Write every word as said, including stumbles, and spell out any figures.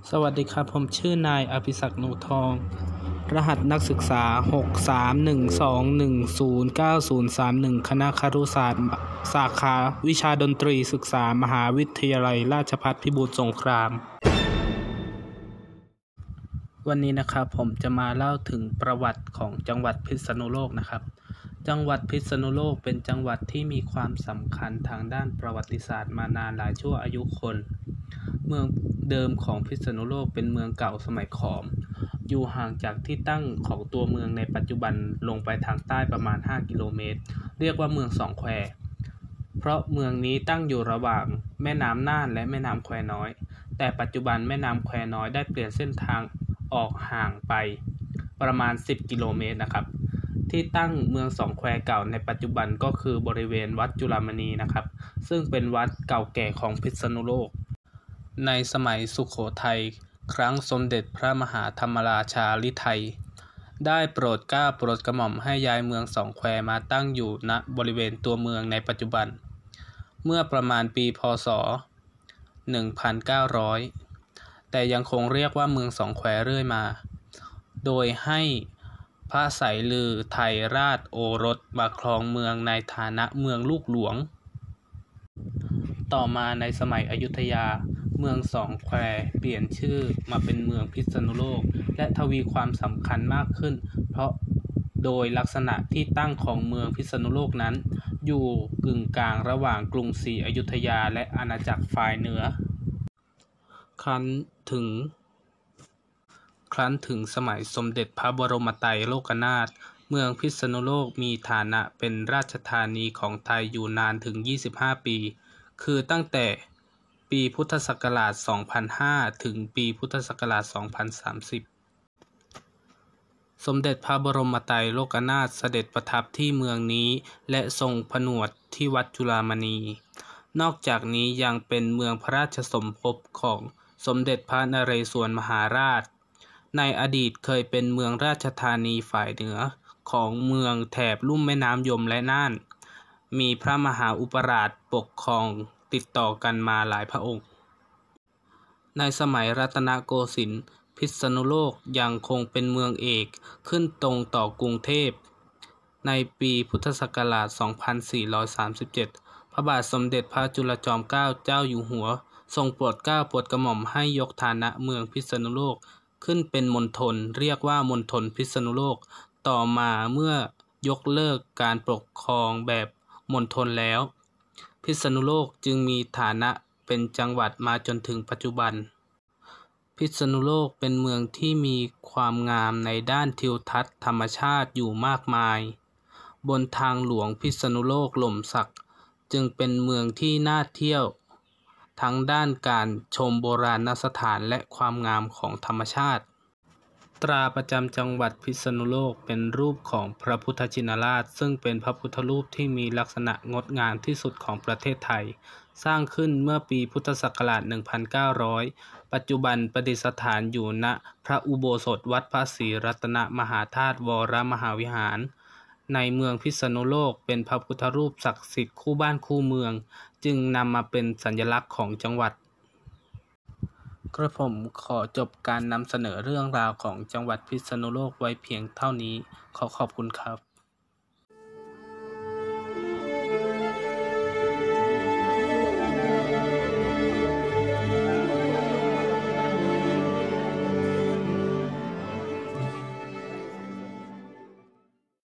สวัสดีครับผมชื่อนายอภิศักดิ์หนูทองรหัสนักศึกษาหก สาม หนึ่ง สอง หนึ่ง ศูนย์ เก้า ศูนย์ สาม หนึ่งคณะครุศาสตร์สาขาวิชาดนตรีศึกษามหาวิทยาลัยราชภัฏพิบูลสงครามวันนี้นะครับผมจะมาเล่าถึงประวัติของจังหวัดพิษณุโลกนะครับจังหวัดพิษณุโลกเป็นจังหวัดที่มีความสำคัญทางด้านประวัติศาสตร์มานานหลายชั่วอายุคนเมืองเดิมของพิษณุโลกเป็นเมืองเก่าสมัยขอมอยู่ห่างจากที่ตั้งของตัวเมืองในปัจจุบันลงไปทางใต้ประมาณห้ากิโลเมตรเรียกว่าเมืองสองแควเพราะเมืองนี้ตั้งอยู่ระหว่างแม่น้ำน่านและแม่น้ำแควน้อยแต่ปัจจุบันแม่น้ำแควน้อยได้เปลี่ยนเส้นทางออกห่างไปประมาณสิบกิโลเมตรนะครับที่ตั้งเมืองสองแควเก่าในปัจจุบันก็คือบริเวณวัดจุฬามณีนะครับซึ่งเป็นวัดเก่าแก่ของพิษณุโลกในสมัยสุโขทัยครั้งสมเด็จพระมหาธรรมราชาฤทัยได้โปรดเกล้าโปรดกระหม่อมให้ย้ายเมืองสองแควมาตั้งอยู่ณบริเวณตัวเมืองในปัจจุบันเมื่อประมาณปีพ.ศ. หนึ่งพันเก้าร้อยแต่ยังคงเรียกว่าเมืองสองแควเรื่อยมาโดยให้พระสายลือไทยราชโอรสมาครองเมืองในฐานะเมืองลูกหลวงต่อมาในสมัยอยุธยาเมืองสองแควเปลี่ยนชื่อมาเป็นเมืองพิษณุโลกและทวีความสำคัญมากขึ้นเพราะโดยลักษณะที่ตั้งของเมืองพิษณุโลกนั้นอยู่กึ่งกลางระหว่างกรุงศรีอยุธยาและอาณาจักรฝ่ายเหนือครั้นถึงครั้นถึงสมัยสมเด็จพระบรมไตรโลกนาถเมืองพิษณุโลกมีฐานะเป็นราชธานีของไทยอยู่นานถึงยี่สิบห้าปีคือตั้งแต่ปีพุทธศักราช สองพันห้า ถึงปีพุทธศักราช สองพันสามสิบ สมเด็จพระบรมไตรโลกนาถเสด็จประทับที่เมืองนี้และทรงผนวดที่วัดจุฬามณีนอกจากนี้ยังเป็นเมืองพระราชสมภพของสมเด็จพระนเรศวรมหาราชในอดีตเคยเป็นเมืองราชธานีฝ่ายเหนือของเมืองแถบลุ่มแม่น้ำยมและน่านมีพระมหาอุปราชปกครองติดต่อกันมาหลายพระองค์ในสมัยรัตนโกสินทร์พิษณุโลกยังคงเป็นเมืองเอกขึ้นตรงต่อกรุงเทพในปีพุทธศักราช สองพันสี่ร้อยสามสิบเจ็ด พระบาทสมเด็จพระจุลจอมเกล้าเจ้าอยู่หัวทรงโปรดเกล้าโปรดกระหม่อมให้ยกฐานะเมืองพิษณุโลกขึ้นเป็นมณฑลเรียกว่ามณฑลพิษณุโลกต่อมาเมื่อยกเลิกการปกครองแบบมณฑลแล้วพิษณุโลกจึงมีฐานะเป็นจังหวัดมาจนถึงปัจจุบันพิษณุโลกเป็นเมืองที่มีความงามในด้านทิวทัศน์ธรรมชาติอยู่มากมายบนทางหลวงพิษณุโลกหล่มสักจึงเป็นเมืองที่น่าเที่ยวทั้งด้านการชมโบราณสถานและความงามของธรรมชาติตราประจำจังหวัดพิษณุโลกเป็นรูปของพระพุทธชินราชซึ่งเป็นพระพุทธรูปที่มีลักษณะงดงามที่สุดของประเทศไทยสร้างขึ้นเมื่อปีพุทธศักราช หนึ่งพันเก้าร้อย ปัจจุบันประดิษฐานอยู่ณพระอุโบสถวัดพระศรีรัตนมหาธาตุวรมหาวิหารในเมืองพิษณุโลกเป็นพระพุทธรูปศักดิ์สิทธิ์คู่บ้านคู่เมืองจึงนำมาเป็นสัญลักษณ์ของจังหวัดกระผมขอจบการนำเสนอเรื่องราวของจังหวัดพิษณุโลกไว้เพียงเท่านี้ขอขอบคุณครับ